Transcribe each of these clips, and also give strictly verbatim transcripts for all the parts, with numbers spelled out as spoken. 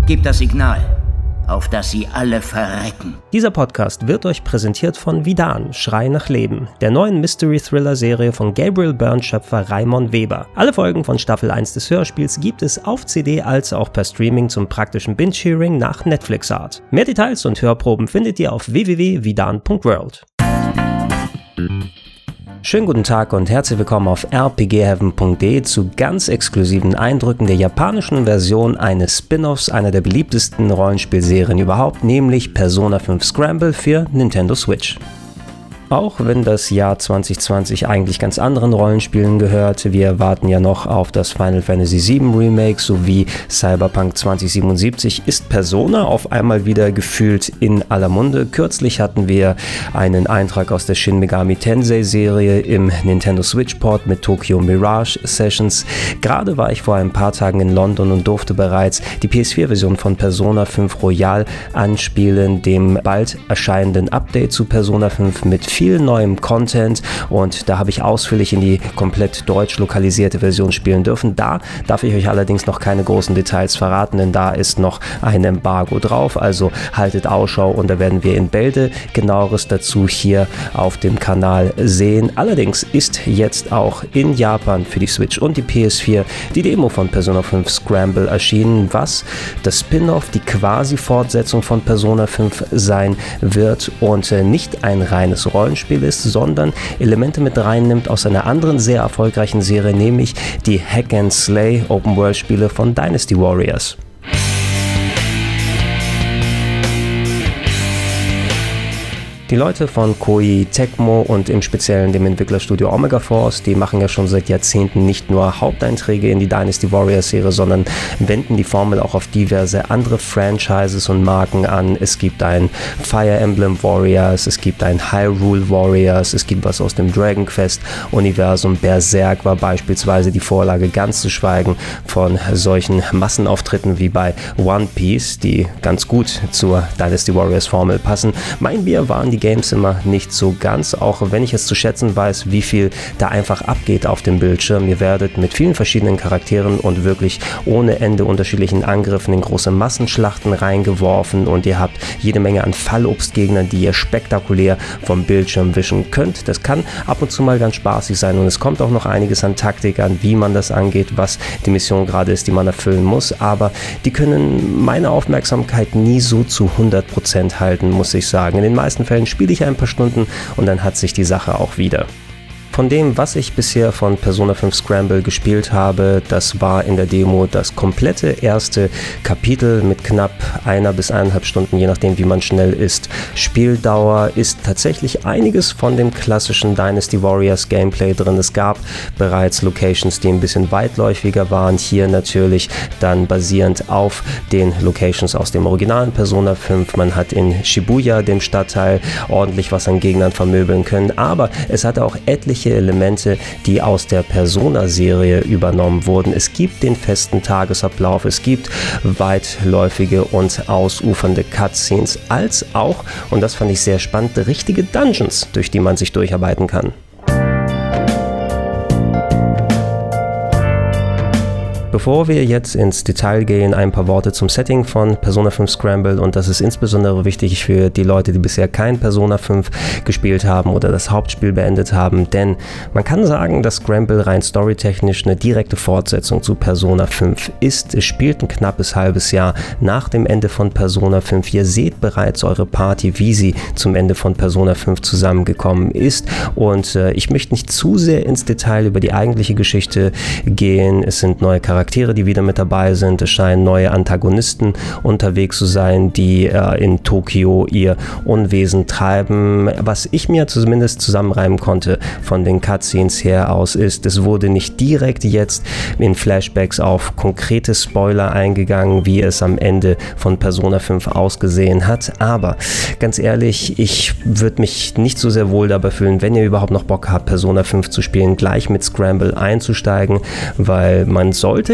Gib das Signal, auf das sie alle verrecken. Dieser Podcast wird euch präsentiert von Vidan, Schrei nach Leben, der neuen Mystery-Thriller-Serie von Gabriel Byrne-Schöpfer Raimon Weber. Alle Folgen von Staffel eins des Hörspiels gibt es auf C D als auch per Streaming zum praktischen Binge-Hearing nach Netflix-Art. Mehr Details und Hörproben findet ihr auf w w w punkt vidan punkt world. Schönen guten Tag und herzlich willkommen auf r p g heaven punkt d e zu ganz exklusiven Eindrücken der japanischen Version eines Spin-offs einer der beliebtesten Rollenspielserien überhaupt, nämlich Persona fünf Scramble für Nintendo Switch. Auch wenn das Jahr zwanzig zwanzig eigentlich ganz anderen Rollenspielen gehört, wir warten ja noch auf das Final Fantasy sieben Remake sowie Cyberpunk zwanzig siebenundsiebzig, ist Persona auf einmal wieder gefühlt in aller Munde. Kürzlich hatten wir einen Eintrag aus der Shin Megami Tensei Serie im Nintendo Switch Port mit Tokyo Mirage Sessions. Gerade war ich vor ein paar Tagen in London und durfte bereits die P S vier Version von Persona fünf Royal anspielen, dem bald erscheinenden Update zu Persona fünf mit viel neuem Content, und da habe ich ausführlich in die komplett deutsch lokalisierte Version spielen dürfen. Da darf ich euch allerdings noch keine großen Details verraten, denn da ist noch ein Embargo drauf, also haltet Ausschau und da werden wir in Bälde genaueres dazu hier auf dem Kanal sehen. Allerdings ist jetzt auch in Japan für die Switch und die P S vier die Demo von Persona fünf Scramble erschienen, was das Spin-off, die Quasi-Fortsetzung von Persona fünf sein wird und nicht ein reines Rollenspiel ist, sondern Elemente mit reinnimmt aus einer anderen sehr erfolgreichen Serie, nämlich die Hack-and-Slay Open-World-Spiele von Dynasty Warriors. Die Leute von Koei Tecmo und im Speziellen dem Entwicklerstudio Omega Force, die machen ja schon seit Jahrzehnten nicht nur Haupteinträge in die Dynasty Warriors Serie, sondern wenden die Formel auch auf diverse andere Franchises und Marken an. Es gibt ein Fire Emblem Warriors, es gibt ein Hyrule Warriors, es gibt was aus dem Dragon Quest Universum. Berserk war beispielsweise die Vorlage, ganz zu schweigen von solchen Massenauftritten wie bei One Piece, die ganz gut zur Dynasty Warriors Formel passen. Mein Bier waren die Games immer nicht so ganz, auch wenn ich es zu schätzen weiß, wie viel da einfach abgeht auf dem Bildschirm. Ihr werdet mit vielen verschiedenen Charakteren und wirklich ohne Ende unterschiedlichen Angriffen in große Massenschlachten reingeworfen und ihr habt jede Menge an Fallobstgegnern, die ihr spektakulär vom Bildschirm wischen könnt. Das kann ab und zu mal ganz spaßig sein und es kommt auch noch einiges an Taktik an, wie man das angeht, was die Mission gerade ist, die man erfüllen muss, aber die können meine Aufmerksamkeit nie so zu hundert Prozent halten, muss ich sagen. In den meisten Fällen spiele ich ein paar Stunden und dann hat sich die Sache auch wieder. Von dem, was ich bisher von Persona fünf Scramble gespielt habe, das war in der Demo das komplette erste Kapitel mit knapp einer bis eineinhalb Stunden, je nachdem wie man schnell ist. Spieldauer ist tatsächlich einiges von dem klassischen Dynasty Warriors Gameplay drin. Es gab bereits Locations, die ein bisschen weitläufiger waren. Hier natürlich dann basierend auf den Locations aus dem originalen Persona fünf. Man hat in Shibuya, dem Stadtteil, ordentlich was an Gegnern vermöbeln können, aber es hatte auch etliche Elemente, die aus der Persona-Serie übernommen wurden. Es gibt den festen Tagesablauf, es gibt weitläufige und ausufernde Cutscenes, als auch, und das fand ich sehr spannend, richtige Dungeons, durch die man sich durcharbeiten kann. Bevor wir jetzt ins Detail gehen, ein paar Worte zum Setting von Persona fünf Scramble, und das ist insbesondere wichtig für die Leute, die bisher kein Persona fünf gespielt haben oder das Hauptspiel beendet haben, denn man kann sagen, dass Scramble rein storytechnisch eine direkte Fortsetzung zu Persona fünf ist. Es spielt ein knappes halbes Jahr nach dem Ende von Persona fünf. Ihr seht bereits eure Party, wie sie zum Ende von Persona fünf zusammengekommen ist, und äh, ich möchte nicht zu sehr ins Detail über die eigentliche Geschichte gehen. Es sind neue Charaktere Charaktere, die wieder mit dabei sind. Es scheinen neue Antagonisten unterwegs zu sein, die äh, in Tokio ihr Unwesen treiben. Was ich mir zumindest zusammenreimen konnte von den Cutscenes her aus ist, es wurde nicht direkt jetzt in Flashbacks auf konkrete Spoiler eingegangen, wie es am Ende von Persona fünf ausgesehen hat. Aber ganz ehrlich, ich würde mich nicht so sehr wohl dabei fühlen, wenn ihr überhaupt noch Bock habt, Persona fünf zu spielen, gleich mit Scramble einzusteigen, weil man sollte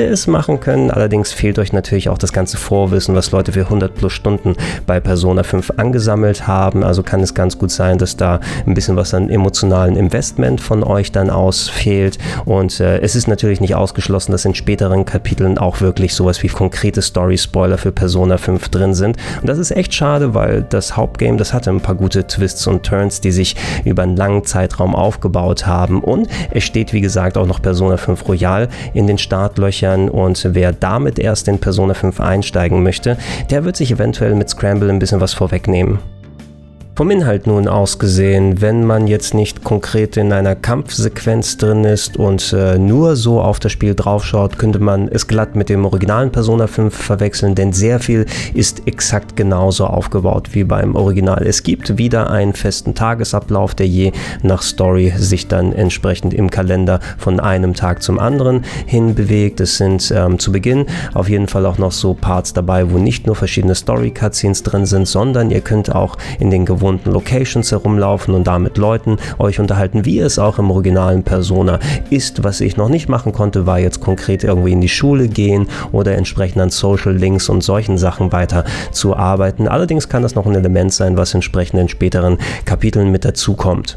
ihr es machen können, allerdings fehlt euch natürlich auch das ganze Vorwissen, was Leute für hundert plus Stunden bei Persona fünf angesammelt haben, also kann es ganz gut sein, dass da ein bisschen was an emotionalen Investment von euch dann ausfehlt und äh, es ist natürlich nicht ausgeschlossen, dass in späteren Kapiteln auch wirklich sowas wie konkrete Story-Spoiler für Persona fünf drin sind und das ist echt schade, weil das Hauptgame, das hatte ein paar gute Twists und Turns, die sich über einen langen Zeitraum aufgebaut haben und es steht wie gesagt auch noch Persona fünf Royal in den Startlöchern und wer damit erst in Persona fünf einsteigen möchte, der wird sich eventuell mit Scramble ein bisschen was vorwegnehmen. Vom Inhalt nun aus gesehen, wenn man jetzt nicht konkret in einer Kampfsequenz drin ist und äh, nur so auf das Spiel draufschaut, könnte man es glatt mit dem originalen Persona fünf verwechseln, denn sehr viel ist exakt genauso aufgebaut wie beim Original. Es gibt wieder einen festen Tagesablauf, der je nach Story sich dann entsprechend im Kalender von einem Tag zum anderen hin bewegt. Es sind ähm, zu Beginn auf jeden Fall auch noch so Parts dabei, wo nicht nur verschiedene Story-Cutscenes drin sind, sondern ihr könnt auch in den gewohnten Locations herumlaufen und da mit Leuten euch unterhalten, wie es auch im originalen Persona ist. Was ich noch nicht machen konnte, war jetzt konkret irgendwie in die Schule gehen oder entsprechend an Social Links und solchen Sachen weiter zu arbeiten. Allerdings kann das noch ein Element sein, was entsprechend in späteren Kapiteln mit dazukommt.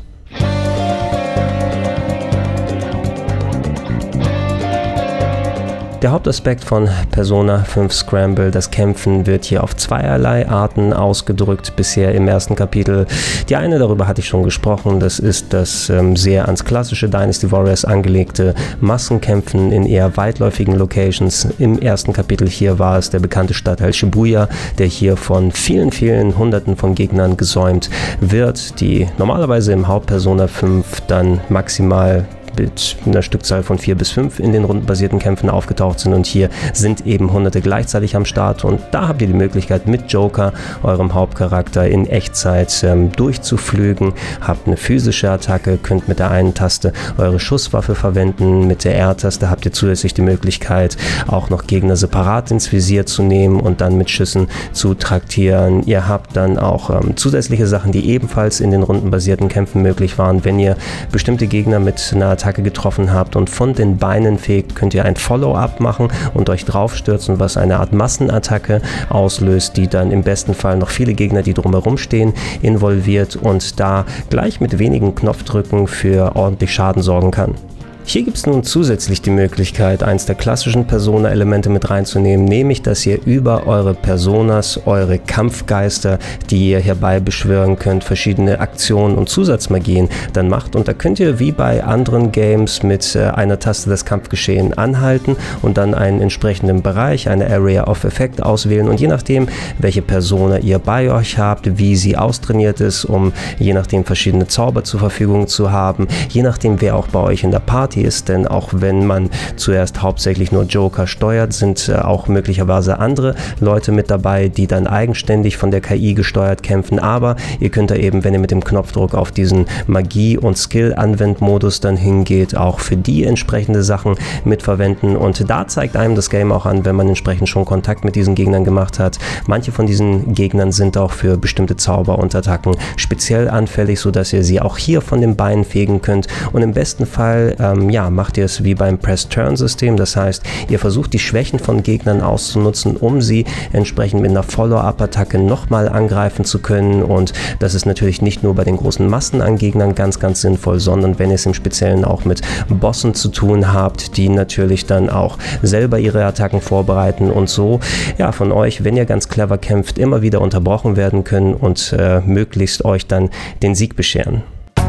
Der Hauptaspekt von Persona fünf Scramble, das Kämpfen, wird hier auf zweierlei Arten ausgedrückt, bisher im ersten Kapitel. Die eine, darüber hatte ich schon gesprochen, das ist das ähm, sehr ans klassische Dynasty Warriors angelegte Massenkämpfen in eher weitläufigen Locations. Im ersten Kapitel hier war es der bekannte Stadtteil Shibuya, der hier von vielen, vielen Hunderten von Gegnern gesäumt wird, die normalerweise im Hauptpersona fünf dann maximal mit einer Stückzahl von vier bis fünf in den rundenbasierten Kämpfen aufgetaucht sind und hier sind eben Hunderte gleichzeitig am Start und da habt ihr die Möglichkeit mit Joker, eurem Hauptcharakter, in Echtzeit ähm, durchzuflügen, habt eine physische Attacke, könnt mit der einen Taste eure Schusswaffe verwenden, mit der R-Taste habt ihr zusätzlich die Möglichkeit auch noch Gegner separat ins Visier zu nehmen und dann mit Schüssen zu traktieren. Ihr habt dann auch ähm, zusätzliche Sachen, die ebenfalls in den rundenbasierten Kämpfen möglich waren. Wenn ihr bestimmte Gegner mit einer Attacke getroffen habt und von den Beinen fegt, könnt ihr ein Follow-up machen und euch draufstürzen, was eine Art Massenattacke auslöst, die dann im besten Fall noch viele Gegner, die drumherum stehen, involviert und da gleich mit wenigen Knopfdrücken für ordentlich Schaden sorgen kann. Hier gibt es nun zusätzlich die Möglichkeit, eins der klassischen Persona-Elemente mit reinzunehmen, nämlich, dass ihr über eure Personas, eure Kampfgeister, die ihr hierbei beschwören könnt, verschiedene Aktionen und Zusatzmagien dann macht. Und da könnt ihr wie bei anderen Games mit einer Taste das Kampfgeschehen anhalten und dann einen entsprechenden Bereich, eine Area of Effect auswählen. Und je nachdem, welche Persona ihr bei euch habt, wie sie austrainiert ist, um je nachdem verschiedene Zauber zur Verfügung zu haben, je nachdem, wer auch bei euch in der Party ist, denn auch wenn man zuerst hauptsächlich nur Joker steuert, sind äh, auch möglicherweise andere Leute mit dabei, die dann eigenständig von der K I gesteuert kämpfen, aber ihr könnt da eben, wenn ihr mit dem Knopfdruck auf diesen Magie- und Skill-Anwendmodus dann hingeht, auch für die entsprechende Sachen mitverwenden und da zeigt einem das Game auch an, wenn man entsprechend schon Kontakt mit diesen Gegnern gemacht hat. Manche von diesen Gegnern sind auch für bestimmte Zauber und Attacken speziell anfällig, sodass ihr sie auch hier von den Beinen fegen könnt und im besten Fall ähm, ja, macht ihr es wie beim Press-Turn-System, das heißt, ihr versucht die Schwächen von Gegnern auszunutzen, um sie entsprechend mit einer Follow-up-Attacke nochmal angreifen zu können und das ist natürlich nicht nur bei den großen Massen an Gegnern ganz, ganz sinnvoll, sondern wenn ihr es im Speziellen auch mit Bossen zu tun habt, die natürlich dann auch selber ihre Attacken vorbereiten und so, ja, von euch, wenn ihr ganz clever kämpft, immer wieder unterbrochen werden können und äh, möglichst euch dann den Sieg bescheren.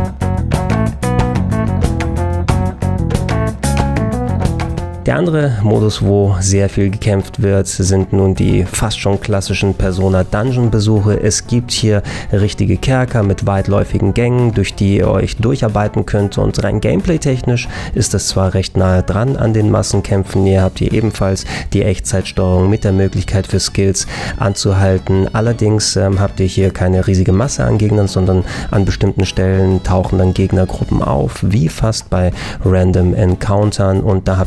Der andere Modus, wo sehr viel gekämpft wird, sind nun die fast schon klassischen Persona-Dungeon-Besuche. Es gibt hier richtige Kerker mit weitläufigen Gängen, durch die ihr euch durcharbeiten könnt und rein gameplay-technisch ist das zwar recht nahe dran an den Massenkämpfen. Ihr habt hier ebenfalls die Echtzeitsteuerung mit der Möglichkeit für Skills anzuhalten. Allerdings ähm, habt ihr hier keine riesige Masse an Gegnern, sondern an bestimmten Stellen tauchen dann Gegnergruppen auf, wie fast bei Random Encountern und da habt ihr eine bestimmte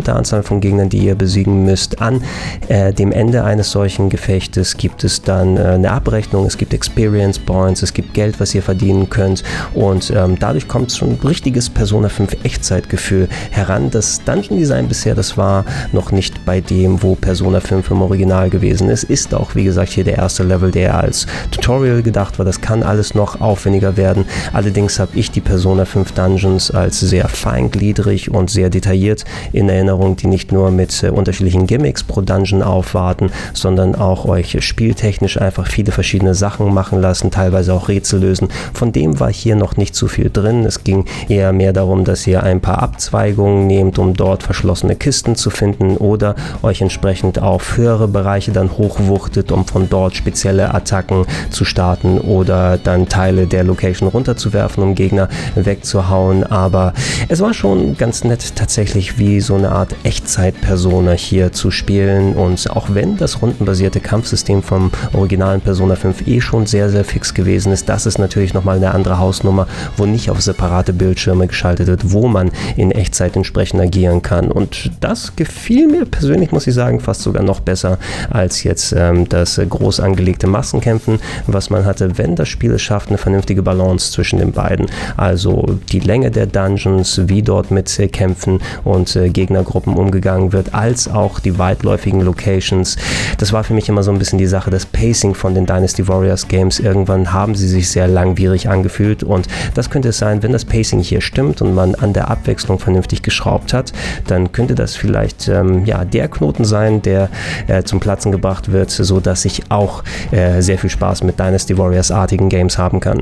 bestimmte Anzahl von Gegnern, die ihr besiegen müsst. An äh, dem Ende eines solchen Gefechtes gibt es dann äh, eine Abrechnung, es gibt Experience Points, es gibt Geld, was ihr verdienen könnt und ähm, dadurch kommt schon ein richtiges Persona fünf Echtzeitgefühl heran. Das Dungeon Design bisher, das war noch nicht bei dem, wo Persona fünf im Original gewesen ist, ist auch wie gesagt hier der erste Level, der als Tutorial gedacht war. Das kann alles noch aufwendiger werden. Allerdings habe ich die Persona fünf Dungeons als sehr feingliedrig und sehr detailliert in Erinnerung, die nicht nur mit äh, unterschiedlichen Gimmicks pro Dungeon aufwarten, sondern auch euch spieltechnisch einfach viele verschiedene Sachen machen lassen, teilweise auch Rätsel lösen. Von dem war hier noch nicht so viel drin. Es ging eher mehr darum, dass ihr ein paar Abzweigungen nehmt, um dort verschlossene Kisten zu finden oder euch entsprechend auf höhere Bereiche dann hochwuchtet, um von dort spezielle Attacken zu starten oder dann Teile der Location runterzuwerfen, um Gegner wegzuhauen. Aber es war schon ganz nett, tatsächlich wie so eine Art Echtzeit-Persona hier zu spielen. Und auch wenn das rundenbasierte Kampfsystem vom originalen Persona fünf eh schon sehr, sehr fix gewesen ist, das ist natürlich nochmal eine andere Hausnummer, wo nicht auf separate Bildschirme geschaltet wird, wo man in Echtzeit entsprechend agieren kann. Und das gefiel mir persönlich, muss ich sagen, fast sogar noch besser als jetzt ähm, das äh, groß angelegte Massenkämpfen, was man hatte, wenn das Spiel es schafft, eine vernünftige Balance zwischen den beiden. Also die Länge der Dungeons, wie dort mit äh, Kämpfen und äh, Gegnergruppen umgegangen wird, als auch die weitläufigen Locations. Das war für mich immer so ein bisschen die Sache, das Pacing von den Dynasty Warriors Games. Irgendwann haben sie sich sehr langwierig angefühlt und das könnte es sein, wenn das Pacing hier stimmt und man an der Abwechslung vernünftig geschraubt hat, dann könnte das vielleicht ähm, ja, der Knoten sein, der äh, zum Platzen gebracht wird, so dass ich auch äh, sehr viel Spaß mit Dynasty Warriors artigen Games haben kann.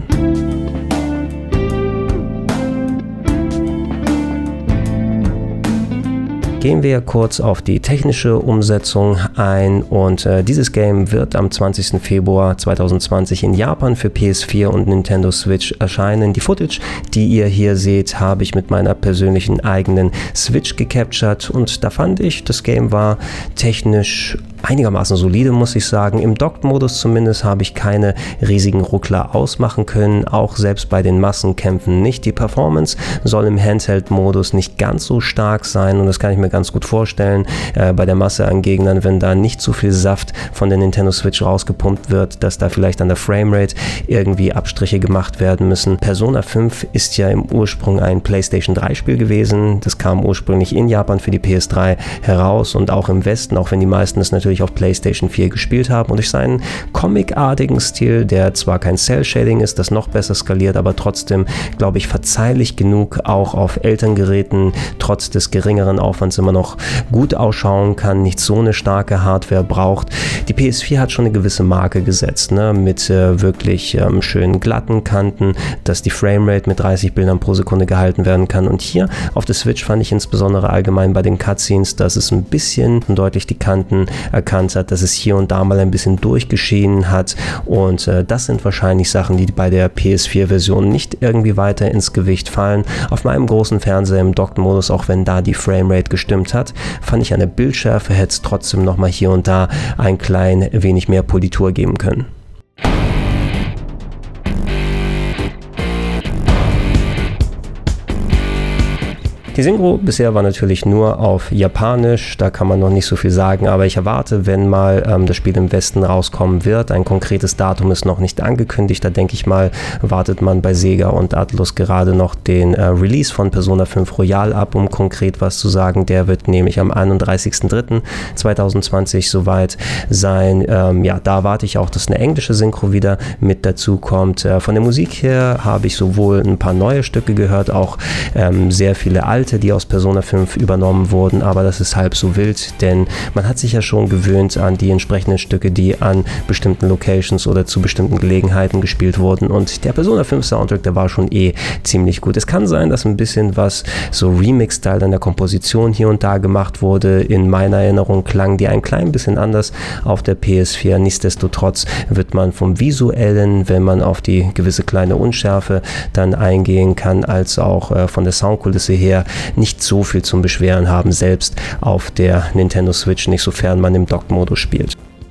Gehen wir kurz auf die technische Umsetzung ein und äh, dieses Game wird am zwanzigsten Februar zweitausendzwanzig in Japan für P S vier und Nintendo Switch erscheinen. Die Footage, die ihr hier seht, habe ich mit meiner persönlichen eigenen Switch gecaptured und da fand ich, das Game war technisch einigermaßen solide, muss ich sagen. Im Docked-Modus zumindest habe ich keine riesigen Ruckler ausmachen können, auch selbst bei den Massenkämpfen nicht. Die Performance soll im Handheld-Modus nicht ganz so stark sein und das kann ich mir ganz gut vorstellen äh, bei der Masse an Gegnern, wenn da nicht zu viel Saft von der Nintendo Switch rausgepumpt wird, dass da vielleicht an der Framerate irgendwie Abstriche gemacht werden müssen. Persona fünf ist ja im Ursprung ein PlayStation drei Spiel gewesen. Das kam ursprünglich in Japan für die P S drei heraus und auch im Westen, auch wenn die meisten es natürlich auf PlayStation vier gespielt haben und durch seinen comicartigen Stil, der zwar kein Cell-Shading ist, das noch besser skaliert, aber trotzdem, glaube ich, verzeihlich genug auch auf älteren Geräten trotz des geringeren Aufwands immer noch gut ausschauen kann, nicht so eine starke Hardware braucht. Die P S vier hat schon eine gewisse Marke gesetzt, ne, mit äh, wirklich ähm, schönen glatten Kanten, dass die Framerate mit dreißig Bildern pro Sekunde gehalten werden kann und hier auf der Switch fand ich insbesondere allgemein bei den Cutscenes, dass es ein bisschen deutlich die Kanten erkannt hat, dass es hier und da mal ein bisschen durchgeschienen hat und äh, das sind wahrscheinlich Sachen, die bei der P S vier Version nicht irgendwie weiter ins Gewicht fallen. Auf meinem großen Fernseher im Docked-Modus, auch wenn da die Framerate gestimmt hat, fand ich an der Bildschärfe hätte es trotzdem nochmal hier und da ein klein wenig mehr Politur geben können. Die Synchro bisher war natürlich nur auf Japanisch, da kann man noch nicht so viel sagen, aber ich erwarte, wenn mal ähm, das Spiel im Westen rauskommen wird, ein konkretes Datum ist noch nicht angekündigt, da denke ich mal, wartet man bei Sega und Atlus gerade noch den äh, Release von Persona fünf Royal ab, um konkret was zu sagen. Der wird nämlich am einunddreißigsten dritten zweitausendzwanzig soweit sein. Ähm, ja, da erwarte ich auch, dass eine englische Synchro wieder mit dazu kommt. Äh, von der Musik her habe ich sowohl ein paar neue Stücke gehört, auch ähm, sehr viele alte, die aus Persona fünf übernommen wurden, aber das ist halb so wild, denn man hat sich ja schon gewöhnt an die entsprechenden Stücke, die an bestimmten Locations oder zu bestimmten Gelegenheiten gespielt wurden und der Persona fünf Soundtrack, der war schon eh ziemlich gut. Es kann sein, dass ein bisschen was so Remix-Style an der Komposition hier und da gemacht wurde. In meiner Erinnerung klang die ein klein bisschen anders auf der P S vier. Nichtsdestotrotz wird man vom Visuellen, wenn man auf die gewisse kleine Unschärfe dann eingehen kann, als auch äh, von der Soundkulisse her nicht so viel zum Beschweren haben, selbst auf der Nintendo Switch nicht, sofern man im Dock-Modus spielt.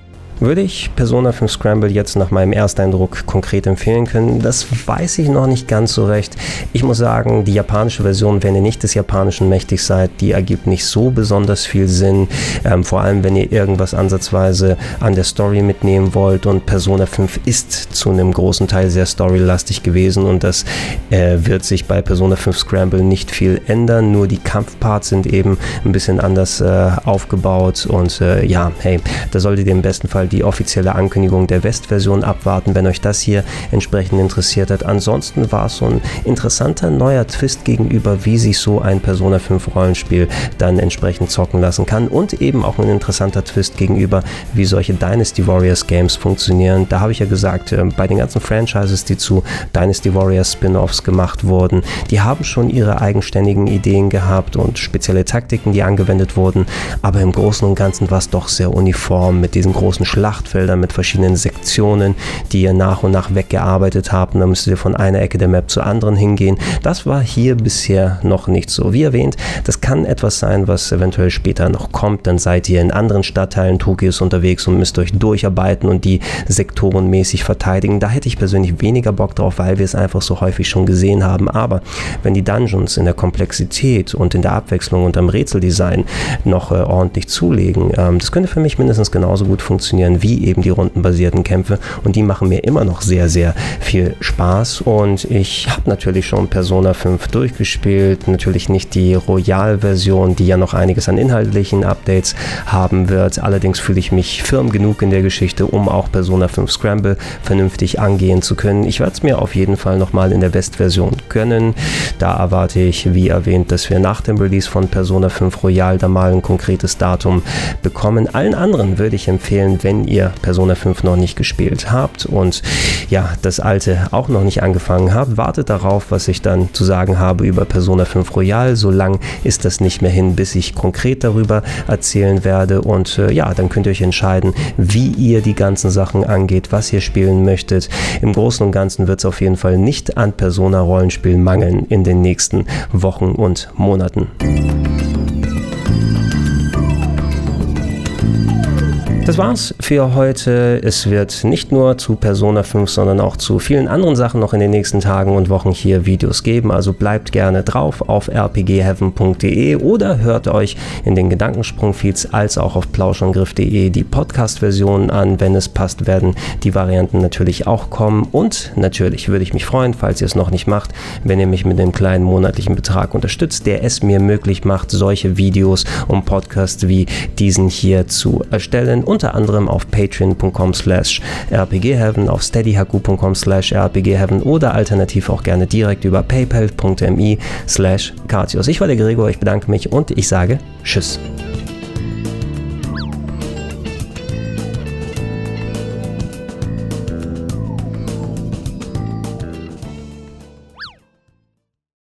Würde ich Persona fünf Scramble jetzt nach meinem Ersteindruck konkret empfehlen können? Das weiß ich noch nicht ganz so recht. Ich muss sagen, die japanische Version, wenn ihr nicht des Japanischen mächtig seid, die ergibt nicht so besonders viel Sinn. Ähm, vor allem, wenn ihr irgendwas ansatzweise an der Story mitnehmen wollt, und Persona fünf ist zu einem großen Teil sehr storylastig gewesen, und das äh, wird sich bei Persona fünf Scramble nicht viel ändern, nur die Kampfparts sind eben ein bisschen anders äh, aufgebaut, und äh, ja, hey, da solltet ihr im besten Fall die offizielle Ankündigung der Westversion abwarten, wenn euch das hier entsprechend interessiert hat. Ansonsten war es so ein interessanter neuer Twist gegenüber, wie sich so ein Persona fünf Rollenspiel dann entsprechend zocken lassen kann, und eben auch ein interessanter Twist gegenüber, wie solche Dynasty Warriors Games funktionieren. Da habe ich ja gesagt, äh, bei den ganzen Franchises, die zu Dynasty Warriors Spin-Offs gemacht wurden, die haben schon ihre eigenständigen Ideen gehabt und spezielle Taktiken, die angewendet wurden, aber im Großen und Ganzen war es doch sehr uniform mit diesen großen Schlachtfeldern, mit verschiedenen Sektionen, die ihr nach und nach weggearbeitet habt, und da müsstet ihr von einer Ecke der Map zur anderen hingehen. Das war hier bisher noch nicht so. Wie erwähnt, das kann etwas sein, was eventuell später noch kommt, dann seid ihr in anderen Stadtteilen Tokios unterwegs und müsst euch durcharbeiten und die Sektoren mäßig verteidigen. Da hätte ich persönlich weniger Bock drauf, weil wir es einfach so häufig schon gesehen haben, aber wenn die Dungeons in der Komplexität und in der Abwechslung und am Rätseldesign noch äh, ordentlich zulegen, ähm, das könnte für mich mindestens genauso gut funktionieren wie eben die rundenbasierten Kämpfe, und die machen mir immer noch sehr, sehr viel Spaß. Und ich habe natürlich schon Persona fünf durchgespielt, natürlich nicht die Royal-Version, die ja noch einiges an inhaltlichen Updates haben wird, allerdings fühle ich mich firm genug in der Geschichte, um auch Persona fünf Scramble vernünftig angehen zu können. Ich werde es mir auf jeden Fall nochmal in der West-Version gönnen. Da erwarte ich, wie erwähnt, dass wir nach dem Release von Persona fünf Royal da mal ein konkretes Datum bekommen. Allen anderen würde ich empfehlen, wenn ihr Persona fünf noch nicht gespielt habt und ja, das alte auch noch nicht angefangen habt, wartet darauf, was ich dann zu sagen habe über Persona fünf Royal. So lang ist das nicht mehr hin, bis ich konkret darüber erzählen werde, und äh, ja, dann könnt ihr euch entscheiden, wie ihr die ganzen Sachen angeht, was ihr spielen möchtet. Im Großen und Ganzen wird es auf jeden Fall nicht an Persona-Rollenspielen mangeln in den nächsten Wochen und Monaten. Das war's für heute. Es wird nicht nur zu Persona fünf, sondern auch zu vielen anderen Sachen noch in den nächsten Tagen und Wochen hier Videos geben. Also bleibt gerne drauf auf r p g heaven punkt d e oder hört euch in den Gedankensprung-Feeds als auch auf plauschangriff punkt d e die Podcast-Versionen an. Wenn es passt, werden die Varianten natürlich auch kommen. Und natürlich würde ich mich freuen, falls ihr es noch nicht macht, wenn ihr mich mit einem kleinen monatlichen Betrag unterstützt, der es mir möglich macht, solche Videos und Podcasts wie diesen hier zu erstellen. Unter anderem auf patreon punkt com slash r p g heaven, auf steadyhaku punkt com slash r p g heaven oder alternativ auch gerne direkt über paypal punkt m i slash katios. Ich war der Gregor, ich bedanke mich und ich sage Tschüss.